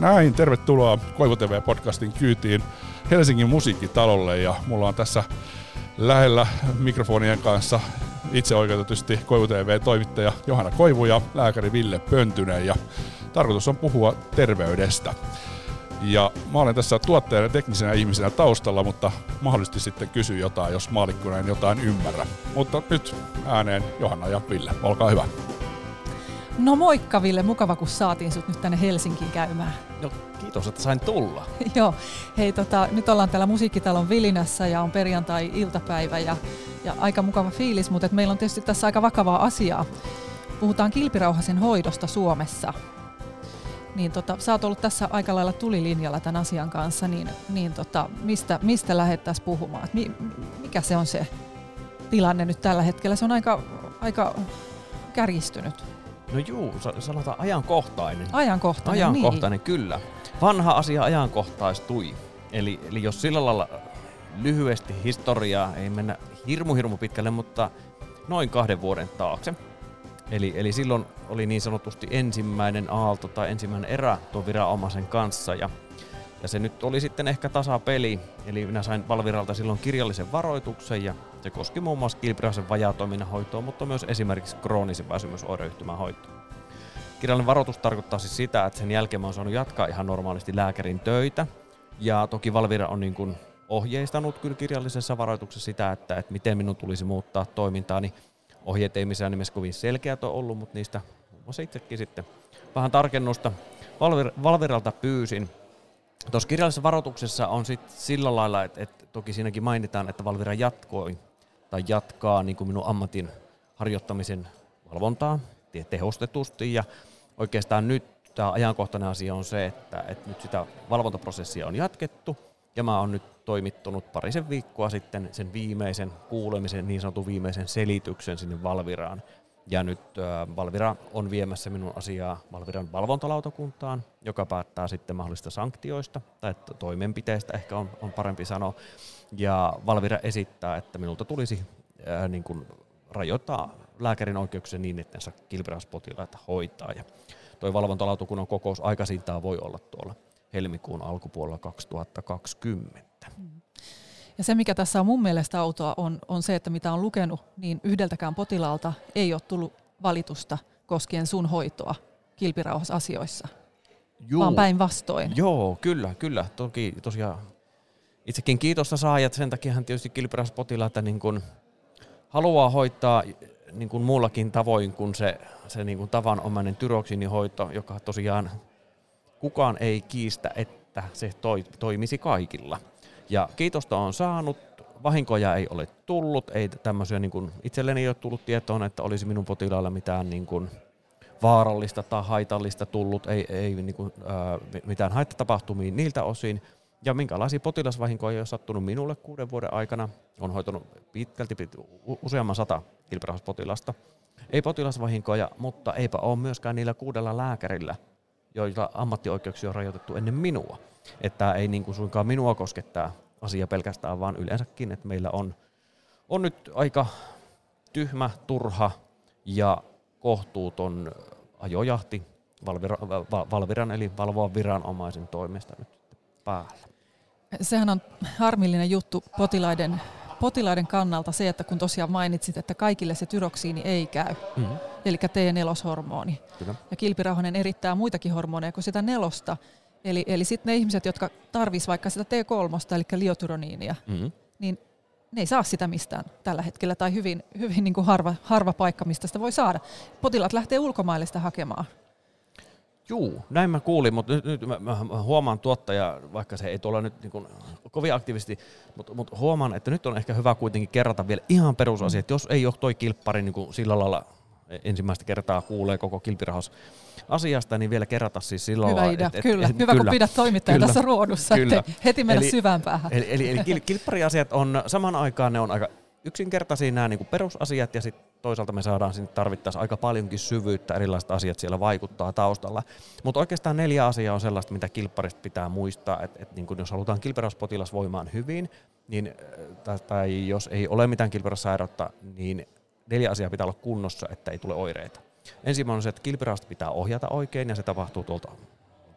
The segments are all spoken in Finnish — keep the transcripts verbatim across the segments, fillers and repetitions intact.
Näin, tervetuloa Koivu T V-podcastin kyytiin Helsingin musiikkitalolle ja mulla on tässä lähellä mikrofonien kanssa itse oikeutetusti Koivu T V-toimittaja Johanna Koivu ja lääkäri Ville Pöntynen ja tarkoitus on puhua terveydestä. Ja mä olen tässä tuottajana teknisenä ihmisenä taustalla, mutta mahdollisesti sitten kysy jotain, jos maallikkona en jotain ymmärrä. Mutta nyt ääneen Johanna ja Ville, olkaa hyvä. No moikka Ville, mukava kun saatiin sut nyt tänne Helsinkiin käymään. No kiitos, että sain tulla. Joo, hei tota, nyt ollaan täällä Musiikkitalon Vilinässä ja on perjantai-iltapäivä ja, ja aika mukava fiilis, mutta meillä on tietysti tässä aika vakavaa asiaa. Puhutaan kilpirauhasen hoidosta Suomessa. Niin tota, sä oot ollut tässä aika lailla tulilinjalla tämän asian kanssa, niin, niin tota, mistä, mistä lähdettäisiin puhumaan? Mi, mikä se on se tilanne nyt tällä hetkellä? Se on aika, aika kärjistynyt. No juu, sanotaan ajankohtainen. Ajankohtainen, Ajankohtainen, niin. Kyllä. Vanha asia ajankohtaistui. Eli, eli jos sillä lailla lyhyesti historiaa, ei mennä hirmu hirmu pitkälle, mutta noin kahden vuoden taakse. Eli, eli silloin oli niin sanotusti ensimmäinen aalto tai ensimmäinen erä tuon viranomaisen kanssa. Ja, ja se nyt oli sitten ehkä tasapeli. Eli minä sain Valviralta silloin kirjallisen varoituksen ja se koski muun muassa kilpirauhasen vajaatoiminnan hoitoa, mutta myös esimerkiksi kroonisen väsymysoireyhtymän hoitoa. Kirjallinen varoitus tarkoittaa siis sitä, että sen jälkeen mä oon saanut jatkaa ihan normaalisti lääkärin töitä. Ja toki Valvira on niin kuin ohjeistanut kyllä kirjallisessa varoituksessa sitä, että, että miten minun tulisi muuttaa toimintaani. Ohjeet ei missään nimessä kovin selkeät ole ollut, mutta niistä muun muassa itsekin sitten vähän tarkennusta Valvir- Valviralta pyysin. Tuossa kirjallisessa varoituksessa on sit sillä lailla, että, että toki siinäkin mainitaan, että Valvira jatkoi tai jatkaa niin kuin minun ammatin harjoittamisen valvontaa tehostetusti. Ja oikeastaan nyt tämä ajankohtainen asia on se, että, että nyt sitä valvontaprosessia on jatkettu ja mä oon nyt toimittanut parisen viikkoa sitten sen viimeisen kuulemisen, niin sanotun viimeisen selityksen sinne Valviraan. Ja nyt äh, Valvira on viemässä minun asiaa Valviran valvontalautakuntaan, joka päättää sitten mahdollisista sanktioista, tai toimenpiteistä ehkä on, on parempi sanoa. Ja Valvira esittää, että minulta tulisi äh, niin kuin rajoittaa lääkärin oikeuksia niin, että saa kilpirauhaspotilaita hoitaa. Ja toi valvontalautakunnan kokous aikaisintaan voi olla tuolla helmikuun alkupuolella kaksituhattakaksikymmentä. Ja se, mikä tässä on mun mielestä outoa, on, on se, että mitä on lukenut, niin yhdeltäkään potilaalta ei ole tullut valitusta koskien sun hoitoa kilpirauhasasioissa, Juu. vaan päinvastoin. Joo, kyllä, kyllä. Toki tosiaan itsekin kiitosta saajat, sen takiahan tietysti kilpirauhaspotilaita niin kun haluaa hoitaa niin kun muullakin tavoin kuin se, se niin kun tavanomainen tyroksiinihoito, joka tosiaan kukaan ei kiistä, että se toi, toimisi kaikilla. Ja kiitosta on saanut, vahinkoja ei ole tullut, ei tämmöisiä niin kuin itselleni ei ole tullut tietoon, että olisi minun potilailla mitään niin kuin vaarallista tai haitallista tullut, ei, ei niin kuin, ää, mitään haittatapahtumia niiltä osin. Ja minkälaisia potilasvahinkoja ei ole sattunut minulle kuuden vuoden aikana, on hoitanut pitkälti useamman sata kilpirauhaspotilasta. Ei potilasvahinkoja, mutta eipä ole myöskään niillä kuudella lääkärillä, joilla ammattioikeuksia on rajoitettu ennen minua. Että ei niin kuin suinkaan minua koskettaa asia pelkästään, vaan yleensäkin, että meillä on, on nyt aika tyhmä, turha ja kohtuuton ajojahti Valvira, Valviran eli valvoa viranomaisen toimesta nyt päällä. Sehän on harmillinen juttu potilaiden, potilaiden kannalta se, että kun tosiaan mainitsit, että kaikille se tyroksiini ei käy, mm-hmm. eli T neljä-hormoni. Kyllä. Ja kilpirauhanen erittää muitakin hormoneja kuin sitä nelosta. Eli, eli sitten ne ihmiset, jotka tarvitsisivat vaikka sitä T kolme, eli liotyroniinia, mm-hmm. niin ne ei saa sitä mistään tällä hetkellä, tai hyvin, hyvin niin kuin harva, harva paikka, mistä sitä voi saada. Potilaat lähtee ulkomaille sitä hakemaan. Juu, näin mä kuulin, mutta nyt, nyt mä, mä huomaan tuottaja, vaikka se ei tuolla nyt niin kuin kovin aktiivisesti, mutta, mutta huomaan, että nyt on ehkä hyvä kuitenkin kerrata vielä ihan perusasiat, että jos ei ole toi kilppari niin kuin sillä lailla ensimmäistä kertaa kuulee koko kilpirauhasasiasta, niin vielä kerrata siis sillä lailla. Hyvä idea, et, et, kyllä. Et, Hyvä, kyllä, kun pidät toimittajan tässä ruodussa, kyllä. Ettei heti mennä eli, syvään päähän. Eli, eli, eli kilppariasiat on saman aikaan, ne on aika yksinkertaisia nämä niin kuin perusasiat, ja sitten toisaalta me saadaan sinne tarvittaessa aika paljonkin syvyyttä, erilaiset asiat siellä vaikuttaa taustalla. Mutta oikeastaan neljä asiaa on sellaista, mitä kilpparista pitää muistaa, että et, niin jos halutaan kilpirauhaspotilas voimaan hyvin, niin, tai, tai jos ei ole mitään kilpirauhassairautta, niin neljä asiaa pitää olla kunnossa, että ei tule oireita. Ensimmäinen on se, että kilpirauhasta pitää ohjata oikein, ja se tapahtuu tuolta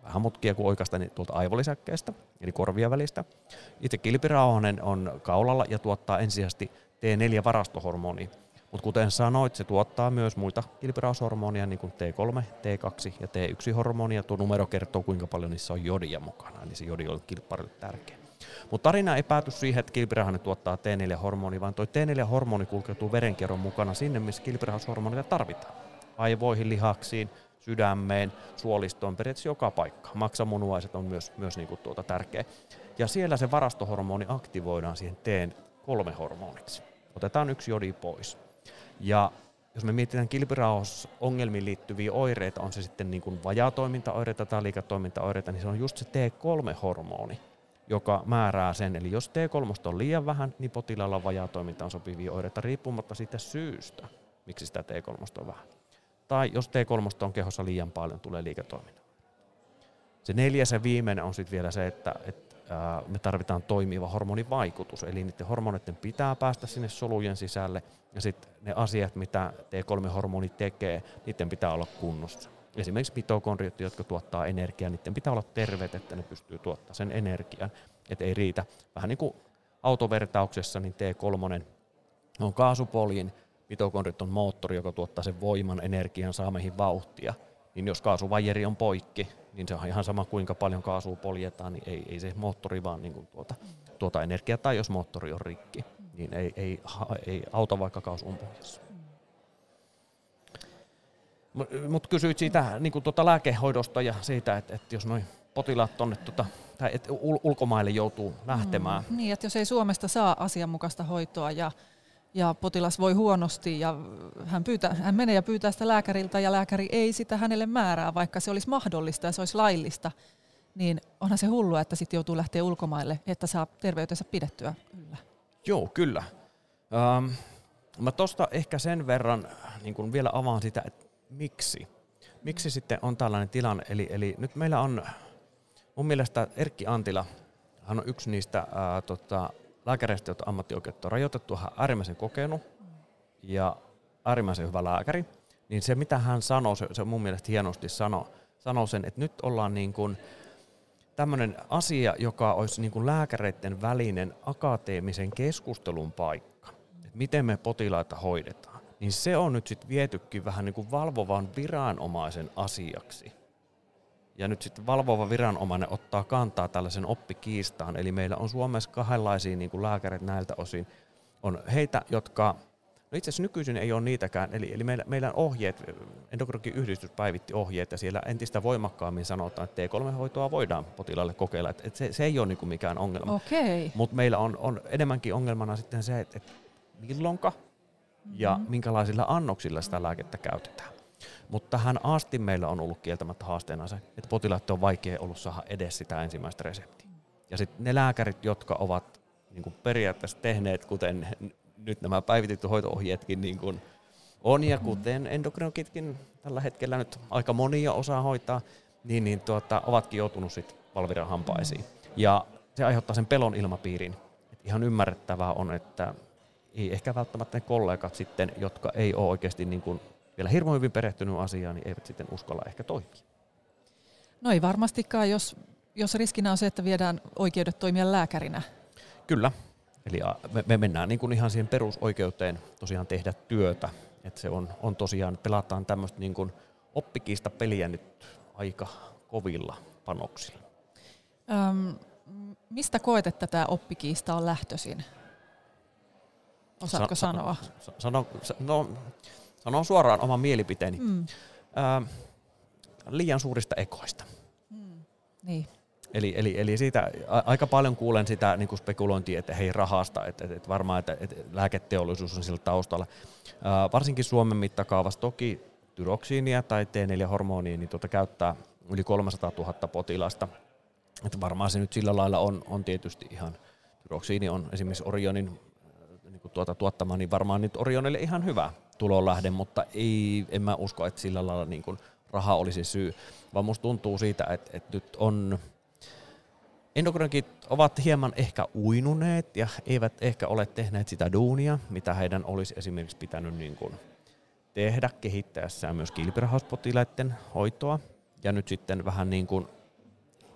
vähän mutkia kuin oikeastaan niin tuolta aivolisäkkeestä, eli korvien välistä. Itse kilpirauhanen on kaulalla ja tuottaa ensisijaisesti T neljä -varastohormonia. Mutta kuten sanoit, se tuottaa myös muita kilpirauhashormonia, niin kuin T kolme, T kaksi ja T yksi -hormonia. Tuo numero kertoo, kuinka paljon niissä on jodia mukana, eli se jodi on kilpparille tärkeä. Mutta tarina ei pääty siihen, että kilpirauhanen tuottaa T neljä -hormonia, vaan tuo T neljä -hormoni kulkeutuu verenkierron mukana sinne, missä kilpirauhashormonia tarvitaan. Aivoihin, lihaksiin, sydämeen, suolistoon, periaatteessa joka paikka. Maksamunuaiset on myös, myös niinku tuota tärkeä. Ja siellä se varastohormoni aktivoidaan siihen T kolme -hormoniksi. Otetaan yksi jodi pois. Ja jos me mietitään kilpirauhasongelmiin liittyviä oireita, on se sitten niin kuin vajaatoimintaoireita tai liikatoimintaoireita, niin se on just se T kolme -hormoni, joka määrää sen. Eli jos T kolme on liian vähän, niin potilaalla vajaatoimintaan sopivia oireita riippumatta siitä syystä, miksi sitä T kolme on vähän. Tai jos T kolme on kehossa liian paljon, tulee liiketoiminta. Se neljäs ja viimeinen on sitten vielä se, että, että ää, me tarvitaan toimiva hormonivaikutus, eli niiden hormoneiden pitää päästä sinne solujen sisälle, ja sitten ne asiat, mitä T kolme -hormoni tekee, niiden pitää olla kunnossa. Esimerkiksi mitokondriot, jotka tuottaa energiaa, niiden pitää olla terveet, että ne pystyy tuottamaan sen energian, että ei riitä. Vähän niin kuin autovertauksessa, niin T kolme on kaasupoljin, mitokondriot on moottori, joka tuottaa sen voiman, energian, saa meihin vauhtia. Niin jos kaasuvajeri on poikki, niin se on ihan sama kuinka paljon kaasua poljetaan, niin ei, ei se moottori vaan niin kuin tuota, tuota energiaa, tai jos moottori on rikki, niin ei, ei, ei auta vaikka kaasu on pohjassa. Mutta kysyit siitä niin kuin tuota lääkehoidosta ja siitä, että, että jos noin potilaat tonne, tuota, tai että ul- ulkomaille joutuu lähtemään. Mm, niin, että jos ei Suomesta saa asianmukaista hoitoa ja ja potilas voi huonosti ja hän, pyytää, hän menee ja pyytää sitä lääkäriltä ja lääkäri ei sitä hänelle määrää, vaikka se olisi mahdollista ja se olisi laillista, niin onhan se hullua, että sitten joutuu lähteä ulkomaille, että saa terveytensä pidettyä yllä. Joo, kyllä. Ähm, mä tosta ehkä sen verran niin kun vielä avaan sitä, että miksi. Miksi sitten on tällainen tilanne, eli, eli nyt meillä on mun mielestä Erkki Antila, hän on yksi niistä ää, tota, lääkäreistä, joita ammattioikeutta on rajoitettu, hän on äärimmäisen kokenut ja äärimmäisen hyvä lääkäri, niin se mitä hän sanoo, se, se mun mielestä hienosti sanoo, sanoo sen, että nyt ollaan niin kuin tämmöinen asia, joka olisi niin kuin lääkäreiden välinen akateemisen keskustelun paikka, että miten me potilaita hoidetaan, niin se on nyt sitten vietykin vähän niin kuin valvovan viranomaisen asiaksi. Ja nyt sitten valvova viranomainen ottaa kantaa tällaisen oppikiistaan. Eli meillä on Suomessa kahdenlaisia niin kuin lääkärit näiltä osin. On heitä, jotka, no itse asiassa nykyisin ei ole niitäkään, eli, eli meillä, meillä on ohjeet, Endokrinologin yhdistys päivitti ohjeet, ja siellä entistä voimakkaammin sanotaan, että T kolme -hoitoa voidaan potilaalle kokeilla. Että, että se, se ei ole niin kuin mikään ongelma. Okay. Mutta meillä on, on enemmänkin ongelmana sitten se, että, että milloinka ja mm-hmm. minkälaisilla annoksilla sitä lääkettä käytetään. Mutta tähän asti meillä on ollut kieltämättä haasteena se, että potilaat on vaikea ollut saada edes sitä ensimmäistä reseptiä. Ja sitten ne lääkärit, jotka ovat niin kuin periaatteessa tehneet, kuten nyt nämä päivitetty hoito-ohjeetkin niin kuin on, ja kuten endokrinologitkin tällä hetkellä nyt aika monia osaa hoitaa, niin, niin tuota, ovatkin joutunut sitten Valviran hampaisiin. Ja se aiheuttaa sen pelon ilmapiirin. Et ihan ymmärrettävää on, että ei ehkä välttämättä ne kollegat sitten, jotka ei ole oikeasti niin kuin vielä hirveän hyvin perehtynyt asiaan, niin eivät sitten uskalla ehkä toimia. No ei varmastikaan, jos, jos riskinä on se, että viedään oikeudet toimia lääkärinä. Kyllä. Eli me, me mennään niin kuin ihan siihen perusoikeuteen tosiaan tehdä työtä. Että se on, on tosiaan, pelataan tämmöistä niin kuin oppikiista peliä nyt aika kovilla panoksilla. Öm, mistä koet, että tämä oppikiista on lähtöisin? Osaatko Sa- sanoa? Sano, no, sanon suoraan oman mielipiteeni. Mm. Ää, liian suurista ekoista. Mm. Niin. Eli, eli, eli siitä a, aika paljon kuulen sitä niin kuin spekulointia, että hei rahasta, että, että, että varmaan että, että lääketeollisuus on sillä taustalla. Ää, varsinkin Suomen mittakaavassa toki tyroksiinia tai T neljä -hormonia niin tuota käyttää yli kolmesataatuhatta potilasta. Että varmaan se nyt sillä lailla on, on tietysti ihan, tyroksiini on esimerkiksi Orionin niin kuin tuota, tuottama, niin varmaan nyt Orionille ihan hyvä tulonlähde, mutta ei, en mä usko, että sillä lailla niin kuin raha olisi syy, vaan musta tuntuu siitä, että, että nyt on, endokrinologit ovat hieman ehkä uinuneet ja eivät ehkä ole tehneet sitä duunia, mitä heidän olisi esimerkiksi pitänyt niin kuin tehdä kehittäessään myös kilpirauhaspotilaiden hoitoa, ja nyt sitten vähän niin kuin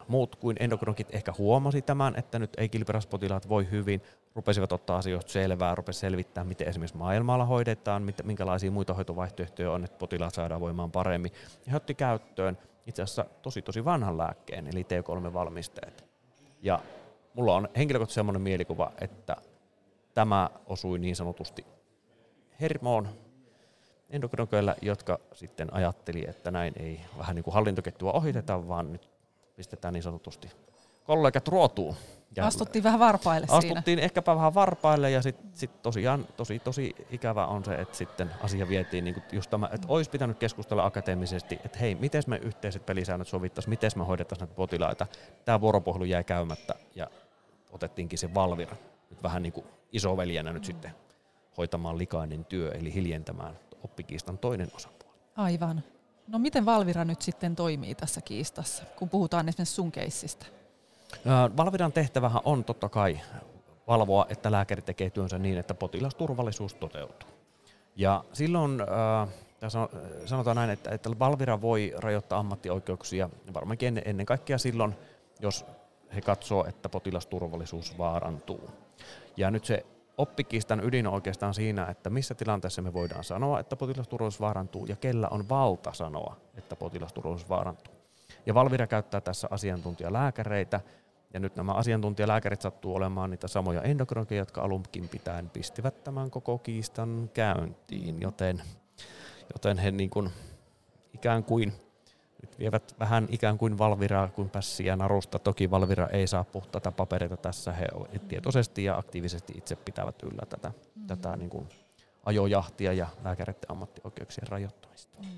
muut kuin endokrinologit ehkä huomasi tämän, että nyt ei kilpiraspotilaat voi hyvin, rupesivat ottaa asioista selvää, rupesivat selvittämään, miten esimerkiksi maailmalla hoidetaan, minkälaisia muita hoitovaihtoehtoja on, että potilaat saadaan voimaan paremmin. Ja he otti käyttöön itse asiassa tosi tosi vanhan lääkkeen, eli T kolme valmisteet. Ja mulla on henkilökohtaisesti sellainen mielikuva, että tämä osui niin sanotusti hermoon endokrinologeilla, jotka sitten ajatteli, että näin ei vähän niin kuin hallintoketjua ohiteta, vaan nyt pistetään niin sanotusti kollegat ruotuun. Ja astuttiin vähän varpaille astuttiin siinä. Astuttiin ehkäpä vähän varpaille ja sitten sit tosiaan tosi, tosi ikävä on se, että sitten asia vietiin niin kuin just tämä, että olisi pitänyt keskustella akateemisesti, että hei, miten me yhteiset pelisäännöt sovittaisiin, miten me hoidettaisiin näitä potilaita. Tämä vuoropuhelu jäi käymättä ja otettiinkin se Valvira nyt vähän niin kuin isoveljänä nyt sitten hoitamaan likainen työ, eli hiljentämään oppikiistan toinen osapuoli. Aivan. No miten Valvira nyt sitten toimii tässä kiistassa, kun puhutaan esimerkiksi sun keissistä? Valviran tehtävähän on totta kai valvoa, että lääkäri tekee työnsä niin, että potilasturvallisuus toteutuu. Ja silloin äh, sanotaan näin, että, että Valvira voi rajoittaa ammattioikeuksia varmaankin ennen, ennen kaikkea silloin, jos he katsoo, että potilasturvallisuus vaarantuu. Ja nyt se oppikiistan ydin on oikeastaan siinä, että missä tilanteessa me voidaan sanoa, että potilasturvallisuus vaarantuu ja kellä on valta sanoa, että potilasturvallisuus vaarantuu. Ja Valvira käyttää tässä asiantuntijalääkäreitä, ja nyt nämä asiantuntijalääkärit sattuu olemaan niitä samoja endokrinologeja, jotka alunkin pitäen pistivät tämän koko kiistan käyntiin, joten, joten he niin kuin ikään kuin nyt vievät vähän ikään kuin Valviraa kuin pässiä narusta. Toki Valvira ei saa puhtaita papereita tässä, he tietoisesti ja aktiivisesti itse pitävät yllä tätä, mm-hmm. tätä niin kuin ajojahtia ja lääkäreiden ammattioikeuksien rajoittamista. Mm.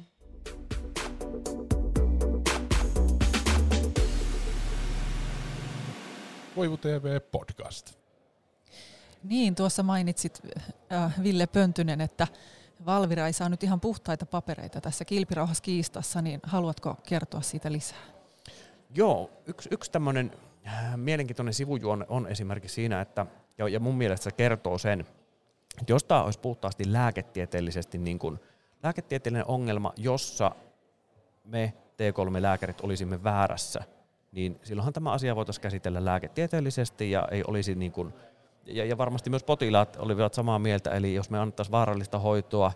Koivu T V podcast. Niin, tuossa mainitsit äh, Ville Pöntynen, että Valvira ei saa nyt ihan puhtaita papereita tässä kilpirauhaskiistassa, niin haluatko kertoa siitä lisää? Joo, yksi, yksi tämmöinen äh, mielenkiintoinen sivujuone on esimerkiksi siinä, että, ja, ja mun mielestä se kertoo sen, että jos tämä olisi puhtaasti lääketieteellisesti niin kuin lääketieteellinen ongelma, jossa me T kolme lääkärit olisimme väärässä, niin silloinhan tämä asia voitaisiin käsitellä lääketieteellisesti ja ei olisi niin kuin, ja, ja varmasti myös potilaat olivat samaa mieltä, eli jos me annettaisiin vaarallista hoitoa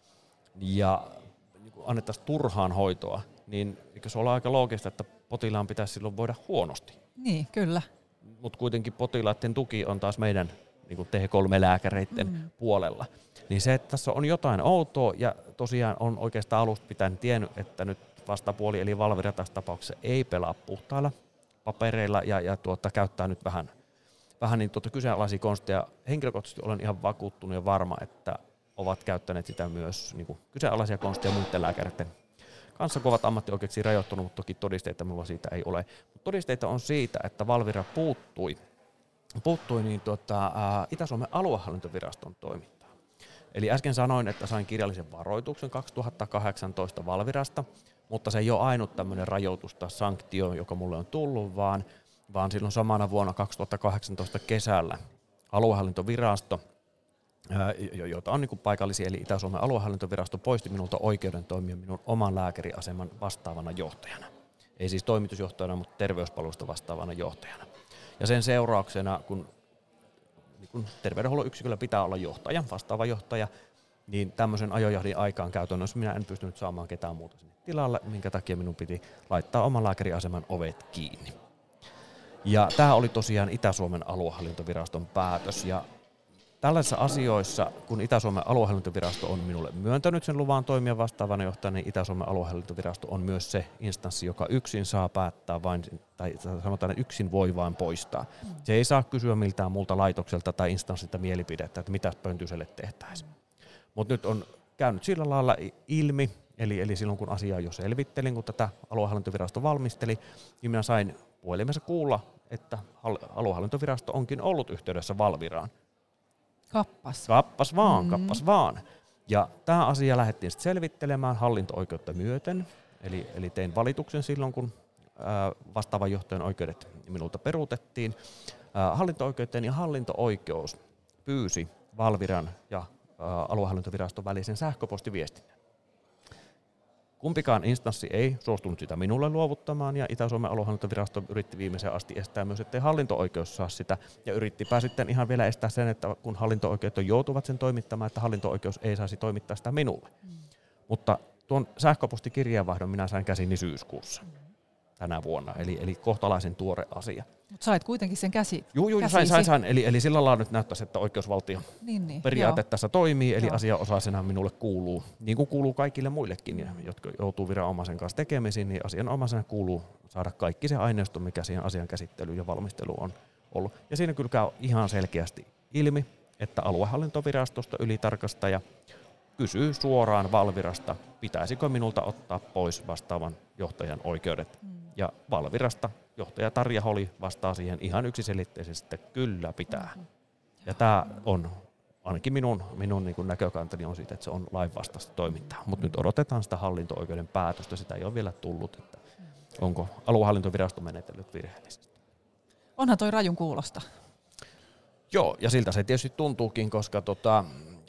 ja niin kuin annettaisiin turhaan hoitoa, niin eikö se ole aika loogista, että potilaan pitäisi silloin voida huonosti? Niin, kyllä. Mutta kuitenkin potilaiden tuki on taas meidän niin kuin T kolme lääkäreiden mm. puolella. Niin se, että tässä on jotain outoa ja tosiaan on oikeastaan alusta pitäen tiennyt, että nyt vastapuoli eli Valvira tässä tapauksessa ei pelaa puhtailla papereilla ja, ja tuota, käyttää nyt vähän, vähän niin tuota kyseenalaisia konsteja. Henkilökohtaisesti olen ihan vakuuttunut ja varma, että ovat käyttäneet sitä myös niin kuin kyseenalaisia konsteja muiden lääkäreiden kanssa, kun ovat ammattioikeuksiin rajoittunut, mutta toki todisteita minulla siitä ei ole. Mutta todisteita on siitä, että Valvira puuttui, puuttui niin tuota, ää, Itä-Suomen aluehallintoviraston toimintaan. Eli äsken sanoin, että sain kirjallisen varoituksen kaksituhattakahdeksantoista Valvirasta, mutta se ei ole ainut tämmöinen rajoitus tai sanktio, joka mulle on tullut, vaan, vaan silloin samana vuonna kaksituhattakahdeksantoista kesällä aluehallintovirasto, jota on niin kuin paikallisia, eli Itä-Suomen aluehallintovirasto poisti minulta oikeuden toimia minun oman lääkäriaseman vastaavana johtajana. Ei siis toimitusjohtajana, mutta terveyspalvelusta vastaavana johtajana. Ja sen seurauksena, kun, niin kun terveydenhuollon yksiköllä pitää olla johtaja, vastaava johtaja, niin tämmöisen ajojahdin aikaan käytännössä minä en pystynyt saamaan ketään muuta sinne tilalle, minkä takia minun piti laittaa oman lääkäriaseman ovet kiinni. Ja tämä oli tosiaan Itä-Suomen aluehallintoviraston päätös. Ja tällaisissa asioissa, kun Itä-Suomen aluehallintovirasto on minulle myöntänyt sen luvan toimia vastaavana johtajana, niin Itä-Suomen aluehallintovirasto on myös se instanssi, joka yksin saa päättää vain, tai sanotaan, että yksin voi vain poistaa. Se ei saa kysyä miltään muulta laitokselta tai instanssilta mielipidettä, että mitä Pöntyselle tehtäisiin. Mutta nyt on käynyt sillä lailla ilmi, eli, eli silloin kun asiaa jo selvittelin, kun tätä aluehallintovirasto valmisteli, niin minä sain puhelimessa kuulla, että aluehallintovirasto onkin ollut yhteydessä Valviraan. Kappas. Kappas vaan, mm. kappas vaan. Ja tämä asia lähdettiin sitten selvittelemään hallinto-oikeutta myöten, eli, eli tein valituksen silloin, kun ää, vastaavan johtajan oikeudet minulta peruutettiin. Ää, hallinto-oikeuteen ja hallinto-oikeus pyysi Valviran ja ää, aluehallintoviraston välisen sähköpostiviestinnän. Kumpikaan instanssi ei suostunut sitä minulle luovuttamaan, ja Itä-Suomen aluehallintovirasto yritti viimeiseen asti estää myös, ettei hallinto-oikeus saa sitä, ja yrittipä sitten ihan vielä estää sen, että kun hallinto-oikeudet joutuvat sen toimittamaan, että hallinto-oikeus ei saisi toimittaa sitä minulle. Mm. Mutta tuon sähköpostikirjeenvaihdon minä sain käsini syyskuussa tänä vuonna, eli, eli kohtalaisen tuore asia. Mutta sait kuitenkin sen käsi. Joo, joo, sain, sain, sain. Eli, eli sillä lailla nyt näyttäisi, että oikeusvaltio niin, niin, periaate joo. tässä toimii, eli Joo. asianosaisena minulle kuuluu, niin kuin kuuluu kaikille muillekin, jotka joutuu viranomaisen kanssa tekemisiin, niin asianomaisena kuuluu saada kaikki se aineisto, mikä siihen asian käsittelyyn ja valmisteluun on ollut. Ja siinä kyllä käy ihan selkeästi ilmi, että aluehallintovirastosta ylitarkastaja kysyy suoraan Valvirasta, pitäisikö minulta ottaa pois vastaavan johtajan oikeudet. Mm. Ja Valvirasta johtaja Tarja Holi vastaa siihen ihan yksiselitteisesti, että kyllä pitää. Mm-hmm. Ja tämä on, ainakin minun, minun niin kuin näkökantani on siitä, että se on lainvastaista toimintaa. Mutta nyt odotetaan sitä hallinto-oikeuden päätöstä, sitä ei ole vielä tullut, että onko aluehallintovirasto menetellyt virheellisesti. Onhan toi rajun kuulosta. Joo, ja siltä se tietysti tuntuukin, koska tota,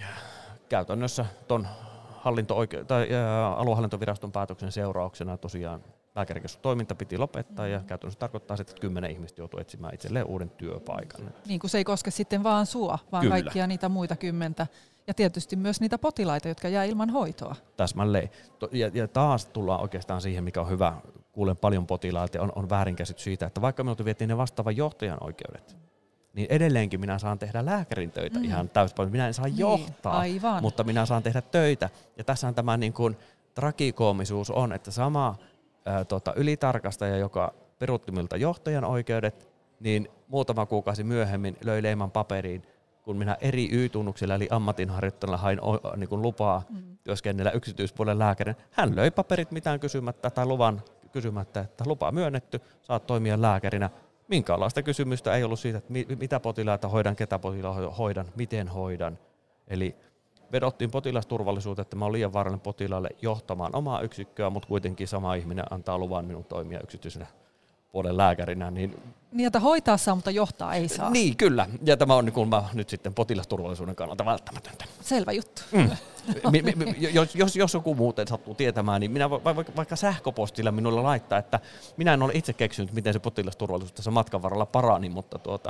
käytännössä ton hallinto-oike- tai ää, aluehallintoviraston päätöksen seurauksena tosiaan lääkärikeskustoiminta piti lopettaa, ja käytännössä tarkoittaa, että kymmenen ihmistä joutuu etsimään itselleen uuden työpaikan. Niin kuin se ei koske sitten vaan sua, vaan Kyllä. kaikkia niitä muita kymmentä. Ja tietysti myös niitä potilaita, jotka jää ilman hoitoa. Täsmälleen. Ja, ja taas tullaan oikeastaan siihen, mikä on hyvä. Kuulen paljon potilaita ja on, on väärinkäsitys siitä, että vaikka minulta vietiin ne vastaavan johtajan oikeudet, niin edelleenkin minä saan tehdä lääkärin töitä mm. ihan täyspäin. Minä en saa niin, johtaa, aivan. mutta minä saan tehdä töitä. Ja tässähän tämä niin kuin tragikoomisuus on, että sama ää, tota, ylitarkastaja, joka peruutti minulta johtajan oikeudet, niin muutama kuukausi myöhemmin löi leiman paperiin, kun minä eri Y-tunnuksilla eli ammatinharjoittajalla hain o, niin kuin lupaa mm. työskennellä yksityispuolen lääkärin. Hän löi paperit mitään kysymättä tai luvan kysymättä, että lupa myönnetty, saat toimia lääkärinä. Minkäänlaista kysymystä ei ollut siitä, että mitä potilaita hoidan, ketä potilaita hoidan, miten hoidan. Eli vedottiin potilasturvallisuuteen, että mä olen liian vaarallinen potilaalle johtamaan omaa yksikköä, mutta kuitenkin sama ihminen antaa luvan minun toimia yksityisenä puolen lääkärinä. Niin, niin, että hoitaa saa, mutta johtaa ei saa. Niin, kyllä. Ja tämä on niin kuin mä, nyt sitten potilasturvallisuuden kannalta välttämätöntä. Selvä juttu. Mm. mi, mi, mi, jos, jos, jos joku muuten sattuu tietämään, niin minä vaikka, vaikka sähköpostilla minulle laittaa, että minä en ole itse keksinyt, miten se potilasturvallisuus tässä matkan varrella parani, mutta, tuota,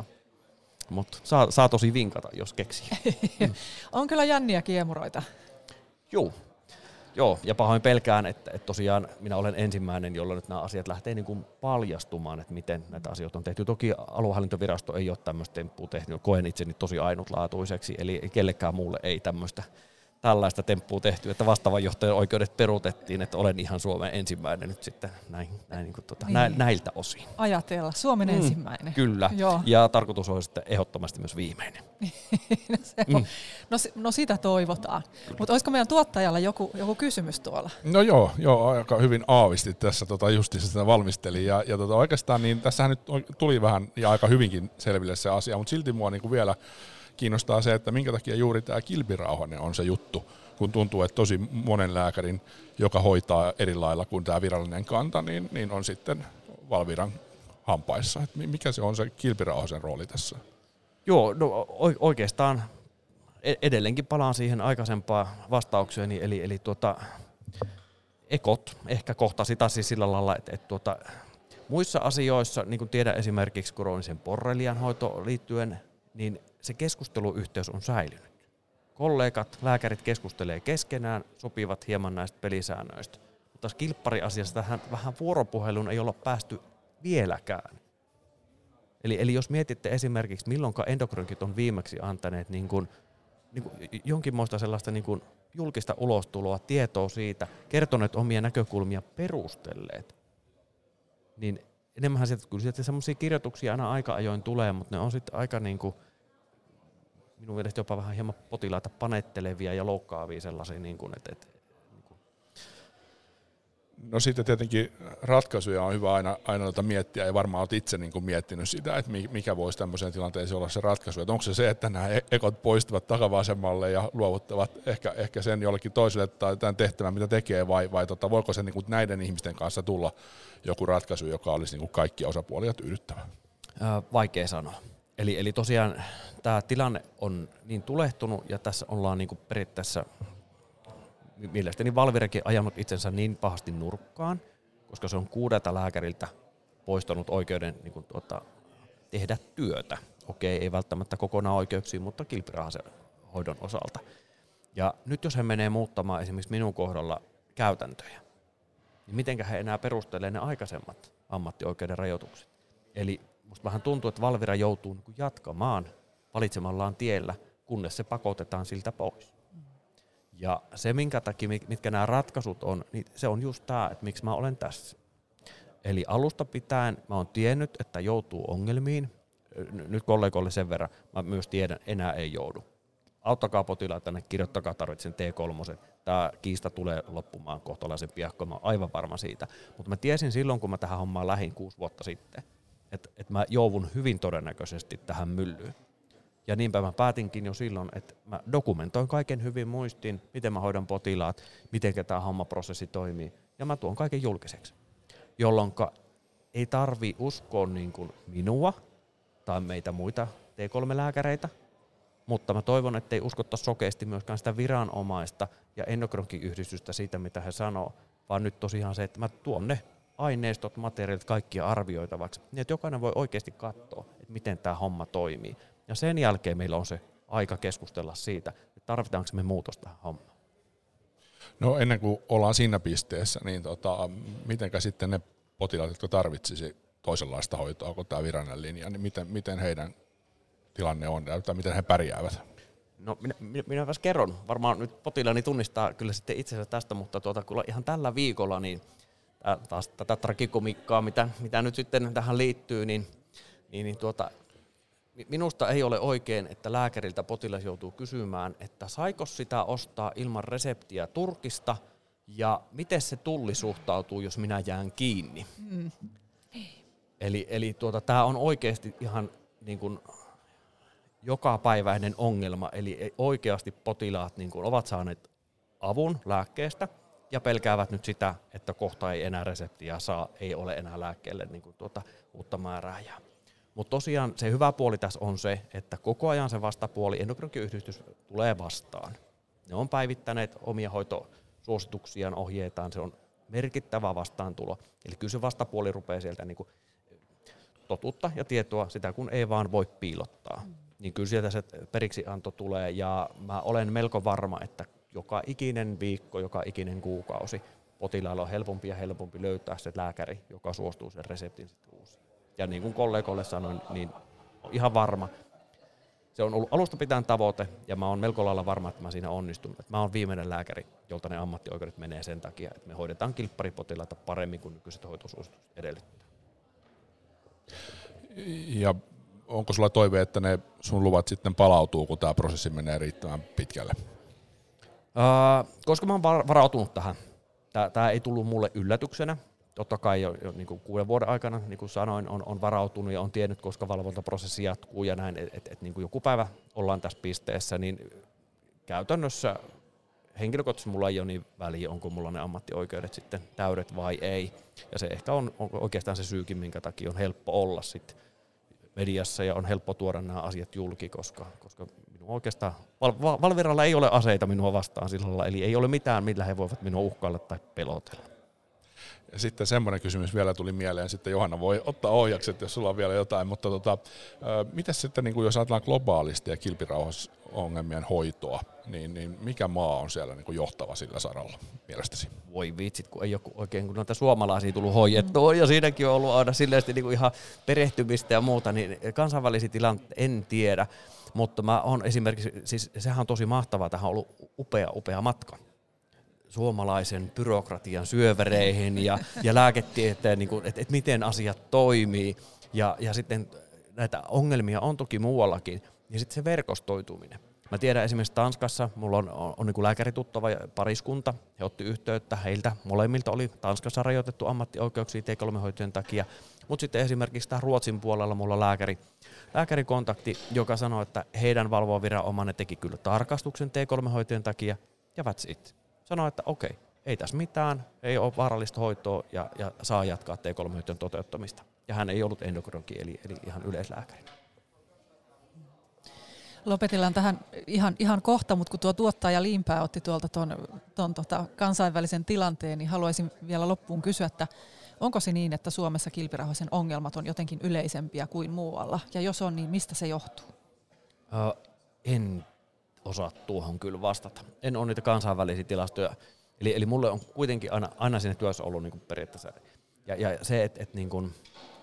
mutta saa, saa tosi vinkata, jos keksii. Mm. On kyllä jänniä kiemuroita. Joo. Joo, ja pahoin pelkään, että, että tosiaan minä olen ensimmäinen, jolla nyt nämä asiat lähtee niin kuin paljastumaan, että miten näitä asioita on tehty. Toki aluehallintovirasto ei ole tämmöistä temppua tehnyt, koen itseni tosi ainutlaatuiseksi, eli kellekään muulle ei tämmöistä tällaista temppua tehty, että vastaavan johtajan oikeudet peruutettiin, että olen ihan Suomen ensimmäinen nyt sitten näin, näin, niin kuin tuota, niin. näiltä osin. Ajatella, Suomen mm, ensimmäinen. Kyllä, Joo. ja tarkoitus on sitten ehdottomasti myös viimeinen. no, se on. Mm. No, no sitä toivotaan, mutta olisiko meidän tuottajalla joku, joku kysymys tuolla? No joo, joo aika hyvin aavisti tässä tota, justiinsa sitä valmistelin, ja, ja tota, oikeastaan niin tässähän nyt tuli vähän ja aika hyvinkin selville se asia, mutta silti mua niin kuin vielä kiinnostaa se, että minkä takia juuri tämä kilpirauhanen on se juttu, kun tuntuu, että tosi monen lääkärin, joka hoitaa eri lailla kuin tämä virallinen kanta, niin, niin on sitten Valviran hampaissa. Et mikä se on se kilpirauhasen rooli tässä? Joo, no oikeastaan edelleenkin palaan siihen aikaisempaan vastaukseeni, eli, eli tuota, ekot ehkä kohtasi taas siis sillä lailla, että, että tuota, muissa asioissa, niin kuin tiedän esimerkiksi kroonisen borrelian hoitoon liittyen, niin se keskusteluyhteys on säilynyt. Kollegat, lääkärit keskustelee keskenään, sopivat hieman näistä pelisäännöistä. Mutta kilppariasiassa tähän vähän vuoropuheluun ei olla päästy vieläkään. Eli, eli jos mietitte esimerkiksi, milloinka endokrinkit on viimeksi antaneet niin kuin, niin kuin jonkinmoista sellaista niin kuin julkista ulostuloa, tietoa siitä, kertoneet omia näkökulmia, perustelleet, niin enemmänhän sieltä, kyllä sieltä semmoisia kirjoituksia aina aika ajoin tulee, mutta ne on sitten aika niin kuin, minun mielestä jopa vähän hieman potilaita panettelevia ja loukkaavia sellaisia, niin kuin, että, että niin kuin. No sitten tietenkin ratkaisuja on hyvä aina, aina miettiä, ja varmaan olet itse niin kuin miettinyt sitä, että mikä voisi tämmöiseen tilanteeseen olla se ratkaisu. Että onko se se, että nämä ekot poistuvat takavasemmalle ja luovuttavat ehkä, ehkä sen jollekin toiselle tai tämän tehtävän, mitä tekee, vai, vai tota, voiko se niin kuin näiden ihmisten kanssa tulla joku ratkaisu, joka olisi niin kuin kaikkia osapuolia tyydyttävä? Ää, vaikea sanoa. Eli, eli tosiaan tämä tilanne on niin tulehtunut, ja tässä ollaan niin kuin periaatteessa mielestäni Valvirakin ajanut itsensä niin pahasti nurkkaan, koska se on kuudelta lääkäriltä poistanut oikeuden niin kuin, tuota, tehdä työtä. Okei, ei välttämättä kokonaan oikeuksia, mutta kilpirahasen hoidon osalta. Ja nyt jos he menee muuttamaan esimerkiksi minun kohdalla käytäntöjä, niin mitenkä he enää perustelee ne aikaisemmat ammattioikeuden rajoitukset. Eli musta vähän tuntuu, että Valvira joutuu niin kuin jatkamaan valitsemallaan tiellä, kunnes se pakotetaan siltä pois. Ja se, minkä takia, mitkä nämä ratkaisut on, niin se on just tämä, että miksi mä olen tässä. Eli alusta pitäen mä oon tiennyt, että joutuu ongelmiin. Nyt kollegoille sen verran, mä myös tiedän, enää ei joudu. Auttakaa potilaat tänne, kirjoittakaa, tarvitsen T kolme. Tämä kiista tulee loppumaan kohtalaisen piakkoon, mä oon aivan varma siitä. Mutta mä tiesin silloin, kun mä tähän hommaan lähdin kuusi vuotta sitten, että, että mä joudun hyvin todennäköisesti tähän myllyyn. Ja niinpä mä päätinkin jo silloin, että mä dokumentoin kaiken hyvin muistin, miten mä hoidan potilaat, miten tämä hommaprosessi toimii, ja mä tuon kaiken julkiseksi. Jolloin ei tarvi uskoa niin kuin minua tai meitä muita T kolme lääkäreitä, mutta mä toivon, ettei uskottaisi sokeasti myöskään sitä viranomaista ja endokrinologiyhdistystä siitä, mitä he sanoo, vaan nyt tosiaan se, että mä tuon ne aineistot, materiaalit kaikkia arvioitavaksi, niin että jokainen voi oikeasti katsoa, että miten tämä homma toimii. Ja sen jälkeen meillä on se aika keskustella siitä, että tarvitaanko me muutosta tähän hommaan. No ennen kuin ollaan siinä pisteessä, niin tota, mitenkä sitten ne potilaat, jotka tarvitsisi toisenlaista hoitoa kuin tämä virallinen linja, niin miten, miten heidän tilanne on tai miten he pärjäävät? No minä, minä, minä myös kerron. Varmaan nyt potilaani tunnistaa kyllä sitten itsensä tästä, mutta tuota, kyllä ihan tällä viikolla niin taas tätä tragikomikkaa, mitä, mitä nyt sitten tähän liittyy, niin, niin, niin tuota, minusta ei ole oikein, että lääkäriltä potilas joutuu kysymään, että saiko sitä ostaa ilman reseptiä Turkista ja miten se tulli suhtautuu, jos minä jään kiinni. Mm. Eli, eli tuota, tämä on oikeasti ihan niin kuin jokapäiväinen ongelma, eli oikeasti potilaat niin kuin ovat saaneet avun lääkkeestä ja pelkäävät nyt sitä, että kohta ei enää reseptiä saa, ei ole enää lääkkeelle niin kuin tuota uutta määrääjää. Mutta tosiaan se hyvä puoli tässä on se, että koko ajan se vastapuoli, endokrinologiyhdistys tulee vastaan. Ne on päivittäneet omia hoitosuosituksiaan, ohjeitaan, se on merkittävä vastaantulo. Eli kyllä se vastapuoli rupeaa sieltä niin kuin totuutta ja tietoa, sitä kun ei vaan voi piilottaa. Mm. Niin kyllä sieltä se periksianto tulee ja mä olen melko varma, että joka ikinen viikko, joka ikinen kuukausi potilailla on helpompi ja helpompi löytää se lääkäri, joka suostuu sen reseptin sitten uusiin. Ja niin kuin kollegoille sanoin, niin on ihan varma. Se on ollut alusta pitäen tavoite ja mä oon melko lailla varma, että mä siinä onnistun. Että mä oon viimeinen lääkäri, jolta ne ammattioikeudet menee sen takia, että me hoidetaan kilpparipotilaita paremmin kuin nykyiset hoitosuositukset edellyttää. Ja onko sulla toive, että ne sun luvat sitten palautuu, kun tämä prosessi menee riittävän pitkälle? Uh, koska mä oon varautunut tähän. Tämä ei tullut mulle yllätyksenä. Totta kai jo, jo niin kuin kuuden vuoden aikana, niin kuin sanoin, on, on varautunut ja on tiennyt, koska valvontaprosessi jatkuu ja näin, että et, et, niin kuin joku päivä ollaan tässä pisteessä, niin käytännössä henkilökohtaisesti mulla ei ole niin väliä, onko mulla ne ammattioikeudet sitten täydet vai ei. Ja se ehkä on, on oikeastaan se syykin, minkä takia on helppo olla sitten mediassa ja on helppo tuoda nämä asiat julki, koska, koska minun oikeastaan Val, Valviralla ei ole aseita minua vastaan sillä lailla, eli ei ole mitään, millä he voivat minua uhkailla tai pelotella. Ja sitten semmoinen kysymys vielä tuli mieleen, sitten Johanna voi ottaa ohjakset, jos sulla on vielä jotain, mutta tota, miten sitten, niin jos ajatellaan globaalisti ja kilpirauhasongelmien hoitoa, niin, niin mikä maa on siellä niin johtava sillä saralla mielestäsi? Voi vitsit, kun ei ole oikein kun noita suomalaisia tullut hoidettua, ja siinäkin on ollut aina silleen niin ihan perehtymistä ja muuta, niin kansainvälisiä tilanteita en tiedä, mutta mä on esimerkiksi, siis sehän on tosi mahtavaa, tähän on ollut upea, upea matka. Suomalaisen byrokratian syövereihin ja, ja lääketieteen, niin että et miten asiat toimii. Ja, ja sitten näitä ongelmia on toki muuallakin. Ja sitten se verkostoituminen. Mä tiedän esimerkiksi Tanskassa, mulla on, on, on niin kuin lääkärituttava pariskunta. He otti yhteyttä, heiltä molemmilta oli Tanskassa rajoitettu ammattioikeuksia T kolme -hoitojen takia. Mutta sitten esimerkiksi tämä Ruotsin puolella mulla on lääkäri, lääkärikontakti, joka sanoi, että heidän valvova viranomainen teki kyllä tarkastuksen T kolme -hoitojen takia. Ja that's it. Sanoi, että okei, ei tässä mitään, ei ole vaarallista hoitoa ja, ja saa jatkaa T kolme -hoitojen toteuttamista. Ja hän ei ollut endokrinologi, eli, eli ihan yleislääkäri. Lopetellaan tähän ihan, ihan kohta, mutta kun tuo tuottaja Liinpää otti tuolta ton, ton tota kansainvälisen tilanteen, niin haluaisin vielä loppuun kysyä, että onko se niin, että Suomessa kilpirauhasen ongelmat on jotenkin yleisempiä kuin muualla? Ja jos on, niin mistä se johtuu? Ö, en osaa tuohon kyllä vastata. En ole niitä kansainvälisiä tilastoja. Eli, eli mulle on kuitenkin aina, aina siinä työssä ollut niin kuin periaatteessa. Ja, ja se, että et niin kuin,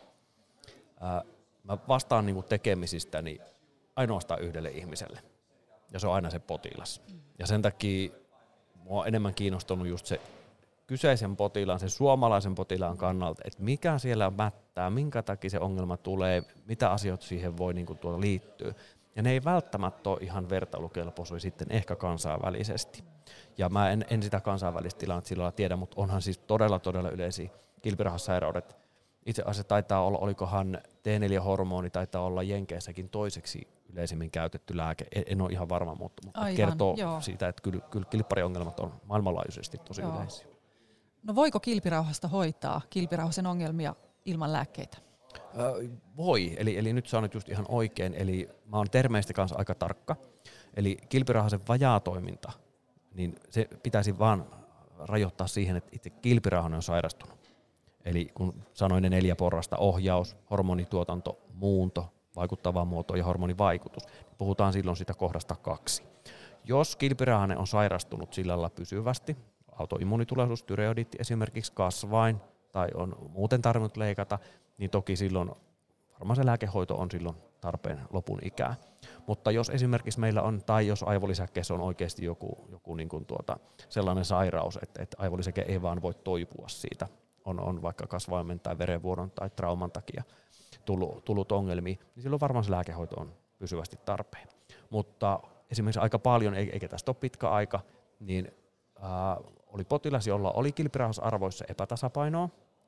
ää, mä vastaan niin kuin tekemisistäni ainoastaan yhdelle ihmiselle. Ja se on aina se potilas. Ja sen takia mua on enemmän kiinnostunut just se kyseisen potilaan, sen suomalaisen potilaan kannalta, että mikä siellä mättää, minkä takia se ongelma tulee, mitä asioita siihen voi niin kuin tuolla liittyä. Ja ne ei välttämättä ole ihan vertailukelpoisia sitten ehkä kansainvälisesti. Ja mä en, en sitä kansainvälistä tilannetta sillä lailla tiedä, mutta onhan siis todella todella yleisiä kilpirauhassairaudet. Itse asiassa taitaa olla, olikohan T neljä -hormoni taitaa olla Jenkeissäkin toiseksi yleisimmin käytetty lääke. En, en ole ihan varma, mutta, mutta Aivan, kertoo joo. siitä, että kyllä, kyllä kilppariongelmat on maailmanlaajuisesti tosi joo. yleisiä. No voiko kilpirauhasta hoitaa kilpirauhasen ongelmia ilman lääkkeitä? Öö, voi, eli, eli nyt sä olet just ihan oikein, eli mä oon termeistä kanssa aika tarkka. Eli kilpirauhasen vajaatoiminta, niin se pitäisi vaan rajoittaa siihen, että itse kilpirauhanen on sairastunut. Eli kun sanoin ne neljä porrasta, ohjaus, hormonituotanto, muunto, vaikuttava muoto ja hormonivaikutus, niin puhutaan silloin sitä kohdasta kaksi. Jos kilpirauhanen on sairastunut sillä lailla pysyvästi, autoimmuunitulehdus, tyreodiitti esimerkiksi kasvain tai on muuten tarvinnut leikata, niin toki silloin varmaan se lääkehoito on silloin tarpeen lopun ikää. Mutta jos esimerkiksi meillä on, tai jos aivolisäkkeessä on oikeasti joku, joku niin kuin tuota, sellainen sairaus, että, että aivolisäke ei vaan voi toipua siitä, on, on vaikka kasvaimen tai verenvuodon tai trauman takia tullut, tullut ongelmia, niin silloin varmaan se lääkehoito on pysyvästi tarpeen. Mutta esimerkiksi aika paljon, eikä tästä ole pitkä aika, niin ää, oli potilas, jolla oli kilpirauhasarvoissa epätasapainoa,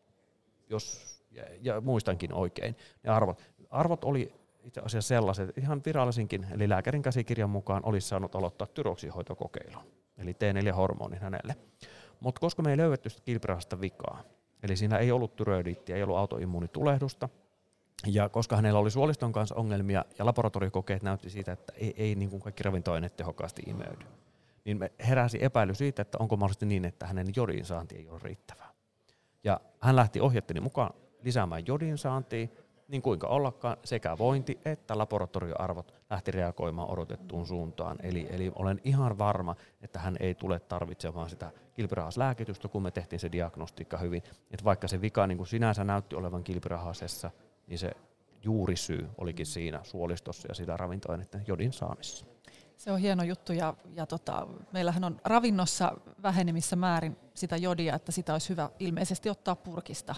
jos, ja, ja muistankin oikein, ne arvot. Arvot oli itse asiassa sellaiset, että ihan virallisinkin, eli lääkärin käsikirjan mukaan olisi saanut aloittaa tyroksihoitokokeilun, eli T neljä -hormonin hänelle. Mutta koska me ei löydetty sitä kilpirauhasta vikaa, eli siinä ei ollut tyreodiittia, ei ollut autoimmuunitulehdusta, ja koska hänellä oli suoliston kanssa ongelmia ja laboratoriokokeet näytti siitä, että ei, ei niin kuin kaikki ravintoaineet tehokkaasti imeydy, niin me heräsi epäily siitä, että onko mahdollisesti niin, että hänen jodin saanti ei ole riittävää. Ja hän lähti ohjettini mukaan lisäämään jodin saantia, niin kuinka ollakaan sekä vointi että laboratorioarvot lähti reagoimaan odotettuun suuntaan. Eli, eli olen ihan varma, että hän ei tule tarvitsemaan sitä kilpirauhaslääkitystä, kun me tehtiin se diagnostiikka hyvin. Että vaikka se vika niin kuin sinänsä näytti olevan kilpirauhasessa, niin se juurisyy olikin siinä suolistossa ja sitä ravintoaineiden jodin saannissa. Se on hieno juttu ja, ja tota, meillähän on ravinnossa vähenemissä määrin sitä jodia, että sitä olisi hyvä ilmeisesti ottaa purkista.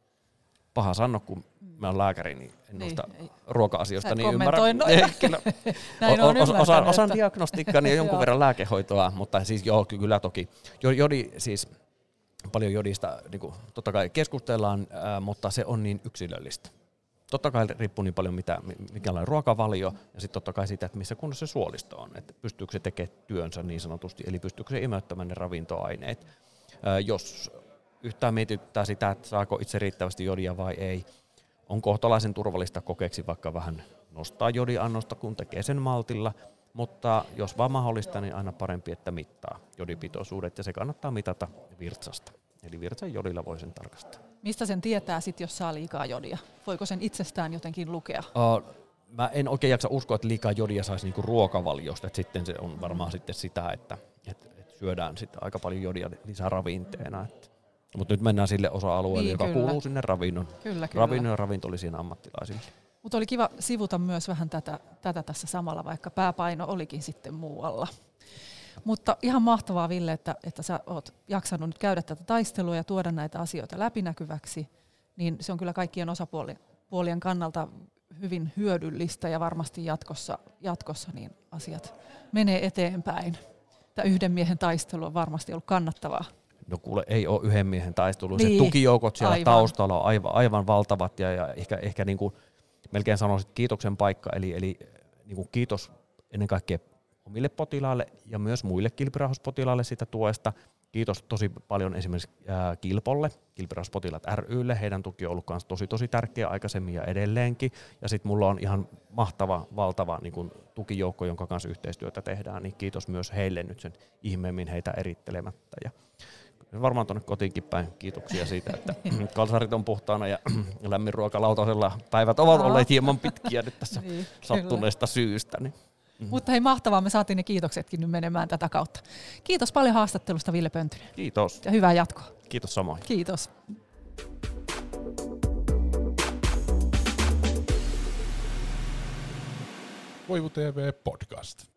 Paha sanoa, kun mä oon lääkäri, niin en niin, noista ruoka-asioista niin ymmärrän. Kyllä. O- osaan, osaan diagnostiikkaa ja jonkun verran lääkehoitoa, mutta siis joo, kyllä toki. Jodi, siis paljon jodista niin kuin, totta kai keskustellaan, äh, mutta se on niin yksilöllistä. Totta kai riippuu niin paljon, mitä, mikälainen ruokavalio, ja sitten totta kai siitä, että missä kunnossa se suolisto on, että pystyykö se tekemään työnsä niin sanotusti, eli pystyykö se imeyttämään ne ravintoaineet. Äh, jos yhtään mietityttää sitä, että saako itse riittävästi jodia vai ei, on kohtalaisen turvallista kokeeksi vaikka vähän nostaa jodiannosta, kun tekee sen maltilla, mutta jos vaan mahdollista, niin aina parempi, että mittaa jodipitoisuudet, ja se kannattaa mitata virtsasta. Eli virtsan jodilla voi sen tarkastaa. Mistä sen tietää sitten, jos saa liikaa jodia? Voiko sen itsestään jotenkin lukea? Uh, mä en oikein jaksa uskoa, että liikaa jodia saisi niinku ruokavaliosta. Et sitten se on varmaan sitten sitä, että et, et syödään sitten aika paljon jodia lisää ravinteena. Mutta nyt mennään sille osa-alueelle, niin, joka kyllä. kuuluu sinne ravinnon. Kyllä, kyllä. Ravinnon ja ravintolisiin ammattilaisille. Mutta oli kiva sivuta myös vähän tätä, tätä tässä samalla, vaikka pääpaino olikin sitten muualla. Mutta ihan mahtavaa, Ville, että, että sä oot jaksanut nyt käydä tätä taistelua ja tuoda näitä asioita läpinäkyväksi, niin se on kyllä kaikkien osapuolien kannalta hyvin hyödyllistä ja varmasti jatkossa, jatkossa niin asiat menee eteenpäin. Tämä yhden miehen taistelu on varmasti ollut kannattavaa. No kuule, ei ole yhden miehen taistelu. Niin, se tukijoukot siellä aivan. taustalla on aivan, aivan valtavat ja, ja ehkä, ehkä niin kuin melkein sanoisin kiitoksen paikka, eli, eli niin kuin kiitos ennen kaikkea omille potilaille ja myös muille kilpirauhaspotilaille siitä tuesta. Kiitos tosi paljon esimerkiksi ää, Kilpolle, Kilpirauhaspotilaat ry:lle. Heidän tuki on ollut myös tosi tosi tärkeä aikaisemmin ja edelleenkin. Ja sitten mulla on ihan mahtava, valtava niin kun tukijoukko, jonka kanssa yhteistyötä tehdään. Niin kiitos myös heille nyt sen ihmeemmin heitä erittelemättä. Ja varmaan tuonne kotiinkin päin kiitoksia siitä, että kalsarit on puhtaana ja lämmin ruokalautasella. Päivät ovat olleet hieman pitkiä nyt tässä niin, sattuneesta syystä. Niin. Mm-hmm. Mutta hei, mahtavaa, me saatiin ne kiitoksetkin nyt menemään tätä kautta. Kiitos paljon haastattelusta, Ville Pöntynen. Kiitos. Ja hyvää jatkoa. Kiitos samoin. Kiitos. Koivu T V Podcast.